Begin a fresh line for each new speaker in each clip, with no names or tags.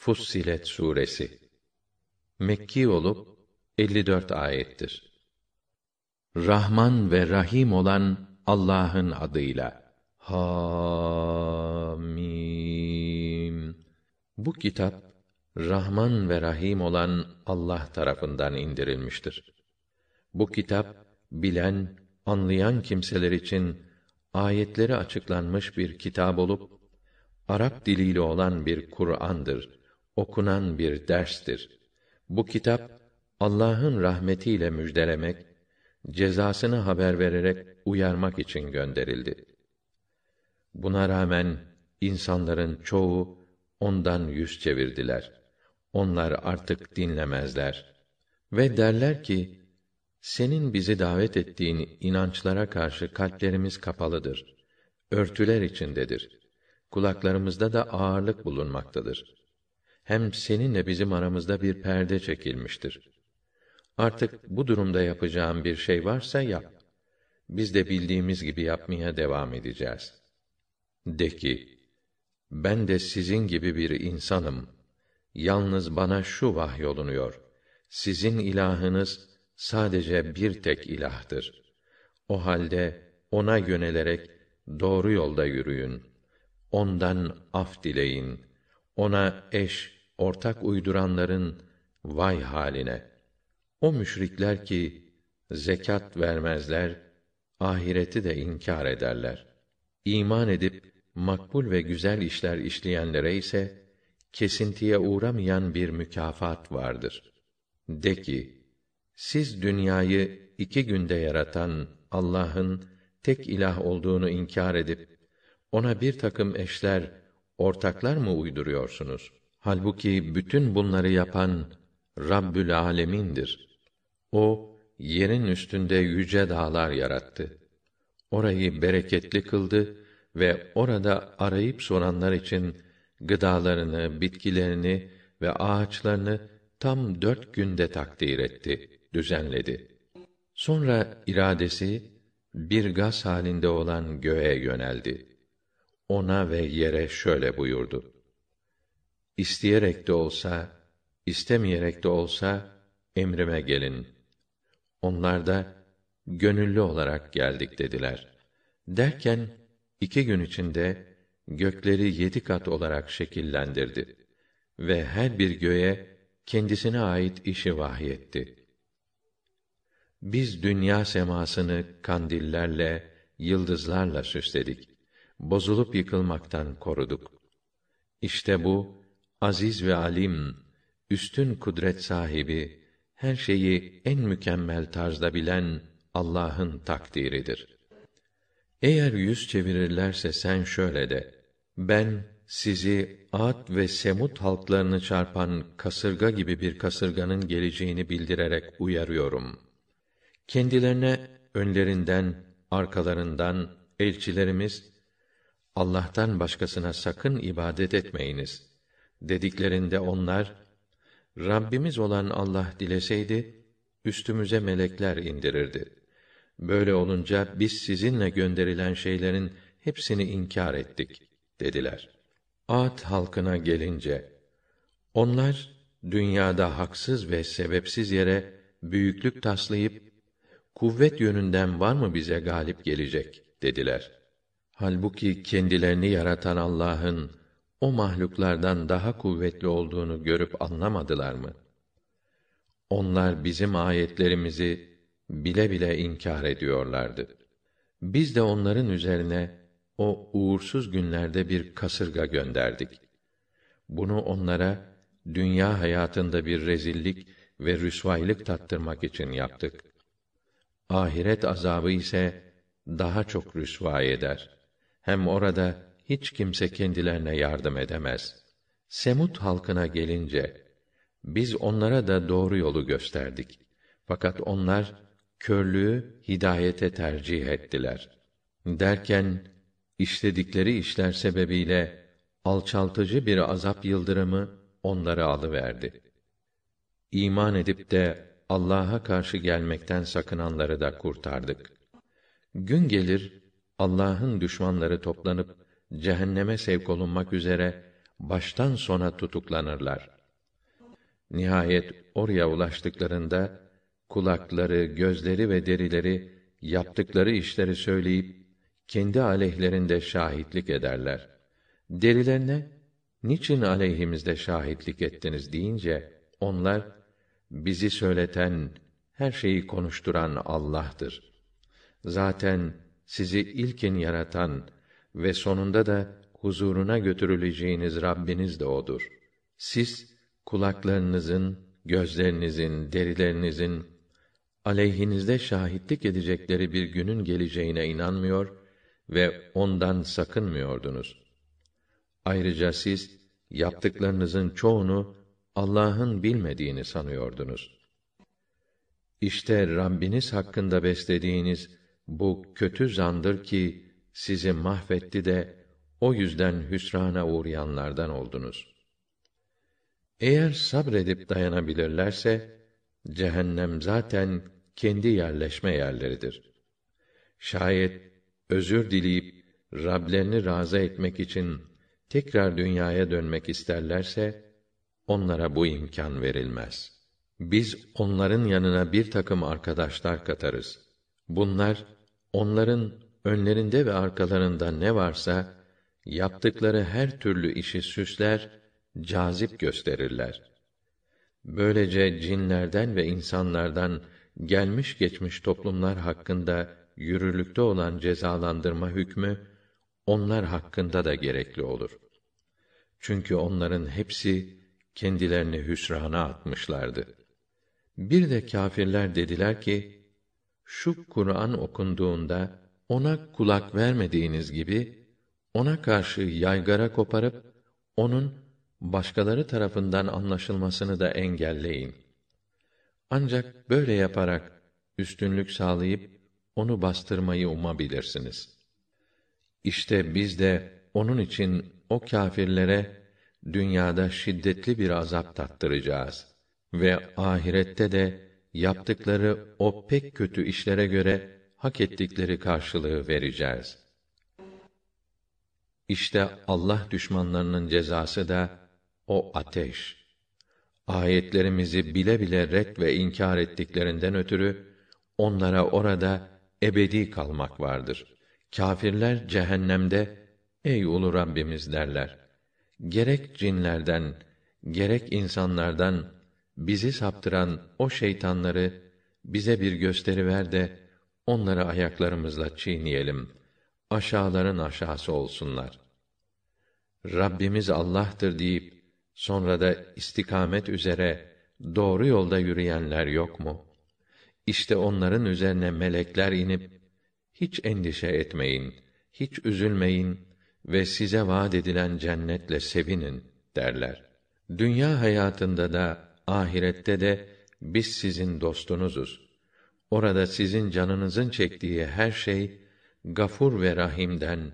Fussilet suresi Mekki olup 54 ayettir. Rahman ve Rahim olan Allah'ın adıyla. Hamim. Bu kitap Rahman ve Rahim olan Allah tarafından indirilmiştir. Bu kitap bilen, anlayan kimseler için ayetleri açıklanmış bir kitap olup Arap diliyle olan bir Kur'an'dır. Okunan bir derstir. Bu kitap Allah'ın rahmetiyle müjdelemek, cezasını haber vererek uyarmak için gönderildi. Buna rağmen insanların çoğu ondan yüz çevirdiler. Onlar artık dinlemezler ve derler ki: senin bizi davet ettiğin inançlara karşı kalplerimiz kapalıdır. Örtüler içindedir. Kulaklarımızda da ağırlık bulunmaktadır. Hem seninle bizim aramızda bir perde çekilmiştir. Artık bu durumda yapacağın bir şey varsa yap. Biz de bildiğimiz gibi yapmaya devam edeceğiz. De ki, ben de sizin gibi bir insanım. Yalnız bana şu vahyolunuyor. Sizin ilahınız sadece bir tek ilahtır. O halde ona yönelerek doğru yolda yürüyün. Ondan af dileyin. Ona eş, ortak uyduranların vay haline. O müşrikler ki zekat vermezler, ahireti de inkar ederler. İman edip makbul ve güzel işler işleyenlere ise kesintiye uğramayan bir mükafat vardır. De ki, siz dünyayı 2 günde yaratan Allah'ın tek ilah olduğunu inkar edip ona bir takım eşler, ortaklar mı uyduruyorsunuz? Halbuki bütün bunları yapan Rabbül Âlemin'dir. O, yerin üstünde yüce dağlar yarattı. Orayı bereketli kıldı ve orada arayıp soranlar için gıdalarını, bitkilerini ve ağaçlarını tam 4 günde takdir etti, düzenledi. Sonra iradesi bir gaz halinde olan göğe yöneldi. Ona ve yere şöyle buyurdu: İsteyerek de olsa, istemeyerek de olsa emrime gelin. Onlar da gönüllü olarak geldik dediler. Derken 2 gün içinde gökleri 7 kat olarak şekillendirdi ve her bir göğe kendisine ait işi vahyetti. Biz dünya semasını kandillerle, yıldızlarla süsledik. Bozulup yıkılmaktan koruduk. İşte bu aziz ve alim, üstün kudret sahibi, her şeyi en mükemmel tarzda bilen Allah'ın takdiridir. Eğer yüz çevirirlerse sen şöyle de: ben sizi Ad ve Semud halklarını çarpan kasırga gibi bir kasırganın geleceğini bildirerek uyarıyorum. Kendilerine önlerinden, arkalarından elçilerimiz Allah'tan başkasına sakın ibadet etmeyiniz dediklerinde onlar, Rabbimiz olan Allah dileseydi üstümüze melekler indirirdi. Böyle olunca biz sizinle gönderilen şeylerin hepsini inkar ettik dediler. Ad halkına gelince, onlar dünyada haksız ve sebepsiz yere büyüklük taslayıp kuvvet yönünden var mı bize galip gelecek dediler. Halbuki kendilerini yaratan Allah'ın o mahluklardan daha kuvvetli olduğunu görüp anlamadılar mı? Onlar bizim ayetlerimizi bile bile inkar ediyorlardı. Biz de onların üzerine o uğursuz günlerde bir kasırga gönderdik. Bunu onlara dünya hayatında bir rezillik ve rüsvaylık tattırmak için yaptık. Ahiret azabı ise daha çok rüsva eder. Hem orada hiç kimse kendilerine yardım edemez. Semud halkına gelince, biz onlara da doğru yolu gösterdik. Fakat onlar körlüğü hidayete tercih ettiler. Derken işledikleri işler sebebiyle alçaltıcı bir azap yıldırımı onları alıverdi. İman edip de Allah'a karşı gelmekten sakınanları da kurtardık. Gün gelir Allah'ın düşmanları toplanıp cehenneme sevk olunmak üzere baştan sona tutuklanırlar. Nihayet oraya ulaştıklarında, kulakları, gözleri ve derileri, yaptıkları işleri söyleyip, kendi aleyhlerinde şahitlik ederler. Derilerine, niçin aleyhimizde şahitlik ettiniz deyince, onlar, bizi söyleten, her şeyi konuşturan Allah'tır. Zaten sizi ilkin yaratan ve sonunda da huzuruna götürüleceğiniz Rabbiniz de odur. Siz kulaklarınızın, gözlerinizin, derilerinizin aleyhinizde şahitlik edecekleri bir günün geleceğine inanmıyor ve ondan sakınmıyordunuz. Ayrıca siz yaptıklarınızın çoğunu Allah'ın bilmediğini sanıyordunuz. İşte Rabbiniz hakkında beslediğiniz bu kötü zandır ki sizi mahvetti de o yüzden hüsrana uğrayanlardan oldunuz. Eğer sabredip dayanabilirlerse cehennem zaten kendi yerleşme yerleridir. Şayet özür dileyip Rablerini razı etmek için tekrar dünyaya dönmek isterlerse onlara bu imkan verilmez. Biz onların yanına bir takım arkadaşlar katarız. Bunlar onların önlerinde ve arkalarında ne varsa yaptıkları her türlü işi süsler, cazip gösterirler. Böylece cinlerden ve insanlardan gelmiş geçmiş toplumlar hakkında yürürlükte olan cezalandırma hükmü onlar hakkında da gerekli olur. Çünkü onların hepsi kendilerini hüsrana atmışlardı. Bir de kâfirler dediler ki, şu Kur'an okunduğunda ona kulak vermediğiniz gibi ona karşı yaygara koparıp onun başkaları tarafından anlaşılmasını da engelleyin. Ancak böyle yaparak üstünlük sağlayıp onu bastırmayı umabilirsiniz. İşte biz de onun için o kâfirlere dünyada şiddetli bir azap tattıracağız ve ahirette de yaptıkları o pek kötü işlere göre hak ettikleri karşılığı vereceğiz. İşte Allah düşmanlarının cezası da o ateş. Ayetlerimizi bile bile ret ve inkar ettiklerinden ötürü onlara orada ebedi kalmak vardır. Kâfirler cehennemde ey ulu Rabbimiz derler. Gerek cinlerden, gerek insanlardan bizi saptıran o şeytanları bize bir gösteriver de onları ayaklarımızla çiğneyelim. Aşağıların aşağısı olsunlar. Rabbimiz Allah'tır deyip sonra da istikamet üzere doğru yolda yürüyenler yok mu? İşte onların üzerine melekler inip hiç endişe etmeyin, hiç üzülmeyin ve size vaad edilen cennetle sevinin derler. Dünya hayatında da ahirette de biz sizin dostunuzuz. Orada sizin canınızın çektiği her şey Gafur ve Rahim'den,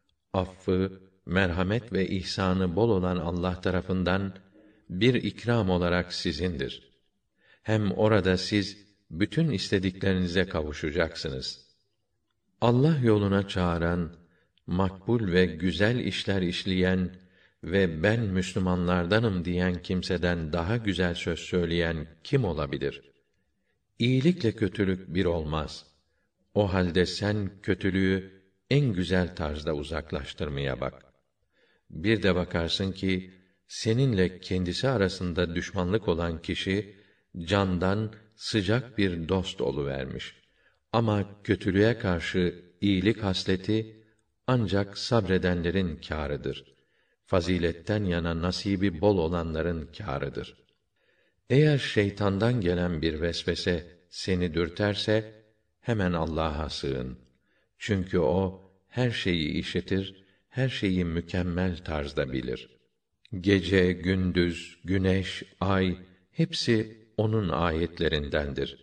affı, merhamet ve ihsanı bol olan Allah tarafından bir ikram olarak sizindir. Hem orada siz bütün istediklerinize kavuşacaksınız. Allah yoluna çağıran, makbul ve güzel işler işleyen ve ben Müslümanlardanım diyen kimseden daha güzel söz söyleyen kim olabilir? İyilikle kötülük bir olmaz. O halde sen kötülüğü en güzel tarzda uzaklaştırmaya bak. Bir de bakarsın ki seninle kendisi arasında düşmanlık olan kişi candan sıcak bir dost oluvermiş. Ama kötülüğe karşı iyilik hasleti ancak sabredenlerin kârıdır. Faziletten yana nasibi bol olanların kârıdır. Eğer şeytandan gelen bir vesvese seni dürterse hemen Allah'a sığın. Çünkü o her şeyi işitir, her şeyi mükemmel tarzda bilir. Gece, gündüz, güneş, ay hepsi onun ayetlerindendir.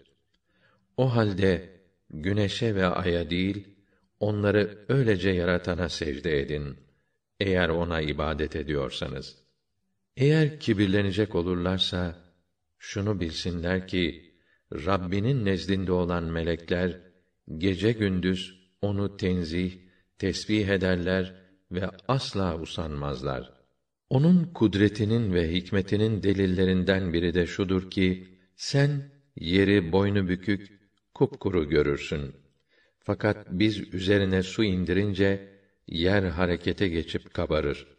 O halde güneşe ve aya değil, onları öylece yaratana secde edin, eğer ona ibadet ediyorsanız. Eğer kibirlenecek olurlarsa, şunu bilsinler ki, Rabbinin nezdinde olan melekler, gece gündüz onu tenzih, tesbih ederler ve asla usanmazlar. Onun kudretinin ve hikmetinin delillerinden biri de şudur ki, sen yeri boynu bükük, kupkuru görürsün. Fakat biz üzerine su indirince, yer harekete geçip kabarır.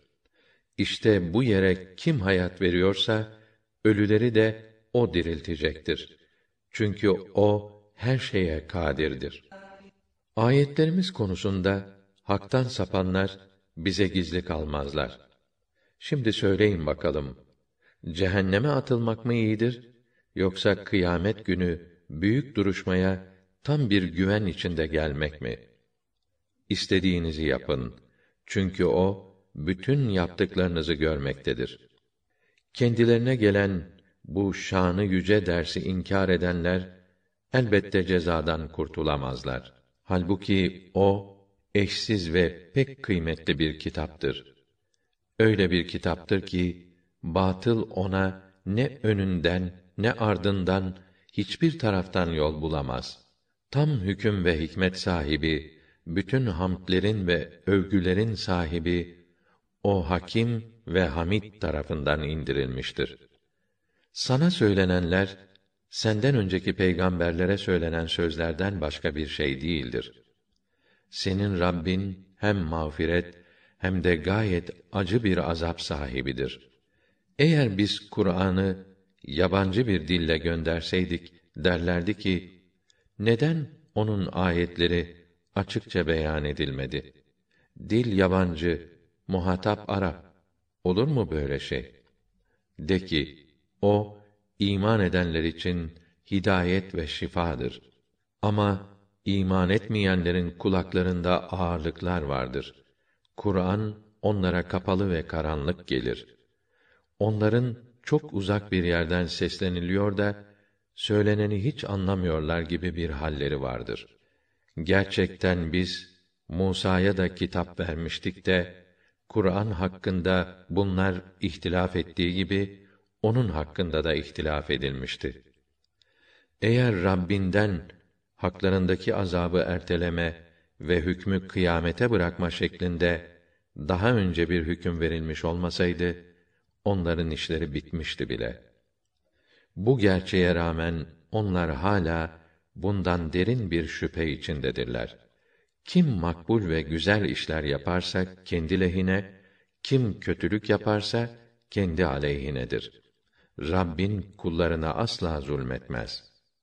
İşte bu yere kim hayat veriyorsa, ölüleri de o diriltecektir. Çünkü o, her şeye kadirdir. Ayetlerimiz konusunda, haktan sapanlar, bize gizli kalmazlar. Şimdi söyleyin bakalım, cehenneme atılmak mı iyidir, yoksa kıyamet günü büyük duruşmaya tam bir güven içinde gelmek mi? İstediğinizi yapın. Çünkü o, bütün yaptıklarınızı görmektedir. Kendilerine gelen bu şanı yüce dersi inkar edenler, elbette cezadan kurtulamazlar. Halbuki o, eşsiz ve pek kıymetli bir kitaptır. Öyle bir kitaptır ki, batıl ona ne önünden ne ardından hiçbir taraftan yol bulamaz. Tam hüküm ve hikmet sahibi, bütün hamdlerin ve övgülerin sahibi, o Hakim ve Hamid tarafından indirilmiştir. Sana söylenenler, senden önceki peygamberlere söylenen sözlerden başka bir şey değildir. Senin Rabbin hem mağfiret hem de gayet acı bir azap sahibidir. Eğer biz Kur'an'ı yabancı bir dille gönderseydik, derlerdi ki, neden onun ayetleri açıkça beyan edilmedi? Dil yabancı, muhatap Arap. Olur mu böyle şey? De ki, o, iman edenler için hidayet ve şifadır. Ama iman etmeyenlerin kulaklarında ağırlıklar vardır. Kur'an onlara kapalı ve karanlık gelir. Onların çok uzak bir yerden sesleniliyor da söyleneni hiç anlamıyorlar gibi bir halleri vardır. Gerçekten biz Musa'ya da kitap vermiştik de Kur'an hakkında bunlar ihtilaf ettiği gibi onun hakkında da ihtilaf edilmişti. Eğer Rabbinden haklarındaki azabı erteleme ve hükmü kıyamete bırakma şeklinde daha önce bir hüküm verilmiş olmasaydı, onların işleri bitmişti bile. Bu gerçeğe rağmen onlar hala bundan derin bir şüphe içindedirler. Kim makbul ve güzel işler yaparsa kendi lehine, kim kötülük yaparsa kendi aleyhinedir. Rabbin kullarına asla zulmetmez.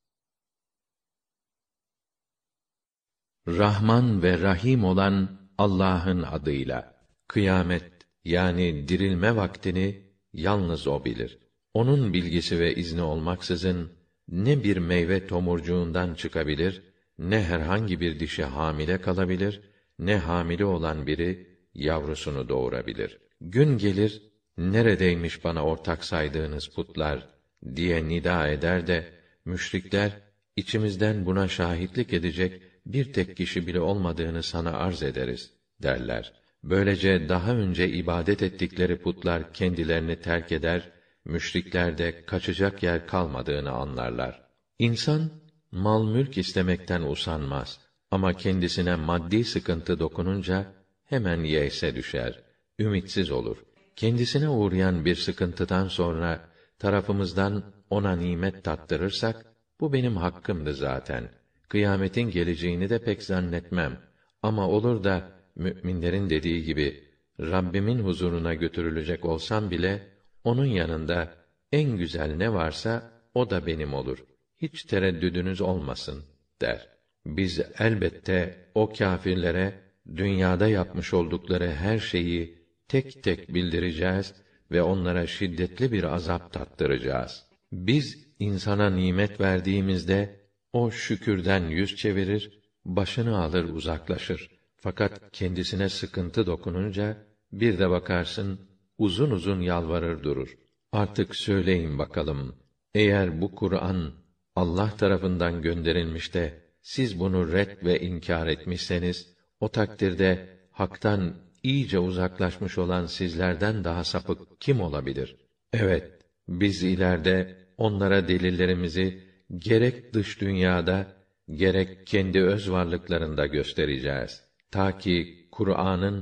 Rahman ve Rahim olan Allah'ın adıyla. Kıyamet yani dirilme vaktini yalnız o bilir. Onun bilgisi ve izni olmaksızın ne bir meyve tomurcuğundan çıkabilir, ne herhangi bir dişi hamile kalabilir, ne hamile olan biri yavrusunu doğurabilir. Gün gelir, neredeymiş bana ortak saydığınız putlar diye nida eder de müşrikler içimizden buna şahitlik edecek bir tek kişi bile olmadığını sana arz ederiz derler. Böylece daha önce ibadet ettikleri putlar kendilerini terk eder, müşrikler de kaçacak yer kalmadığını anlarlar. İnsan mal mülk istemekten usanmaz ama kendisine maddi sıkıntı dokununca hemen yeyse düşer, ümitsiz olur. Kendisine uğrayan bir sıkıntıdan sonra tarafımızdan ona nimet tattırırsak, bu benim hakkımdı zaten. Kıyametin geleceğini de pek zannetmem. Ama olur da müminlerin dediği gibi Rabbimin huzuruna götürülecek olsam bile onun yanında en güzel ne varsa o da benim olur. Hiç tereddüdünüz olmasın der. Biz elbette o kâfirlere dünyada yapmış oldukları her şeyi tek tek bildireceğiz ve onlara şiddetli bir azap tattıracağız. Biz insana nimet verdiğimizde o şükürden yüz çevirir, başını alır uzaklaşır. Fakat kendisine sıkıntı dokununca bir de bakarsın uzun uzun yalvarır durur. Artık söyleyin bakalım, eğer bu Kur'an Allah tarafından gönderilmiş de siz bunu ret ve inkar etmişseniz, o takdirde haktan iyice uzaklaşmış olan sizlerden daha sapık kim olabilir? Evet, biz ileride onlara delillerimizi gerek dış dünyada, gerek kendi öz varlıklarında göstereceğiz. Ta ki Kur'an'ın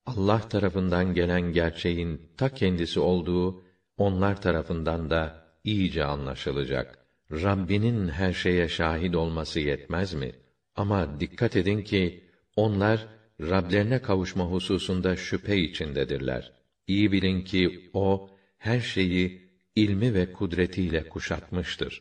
Allah tarafından gelen gerçeğin ta kendisi olduğu onlar tarafından da iyice anlaşılacak. Rabbinin her şeye şahit olması yetmez mi? Ama dikkat edin ki onlar Rablerine kavuşma hususunda şüphe içindedirler. İyi bilin ki o her şeyi ilmi ve kudretiyle kuşatmıştır.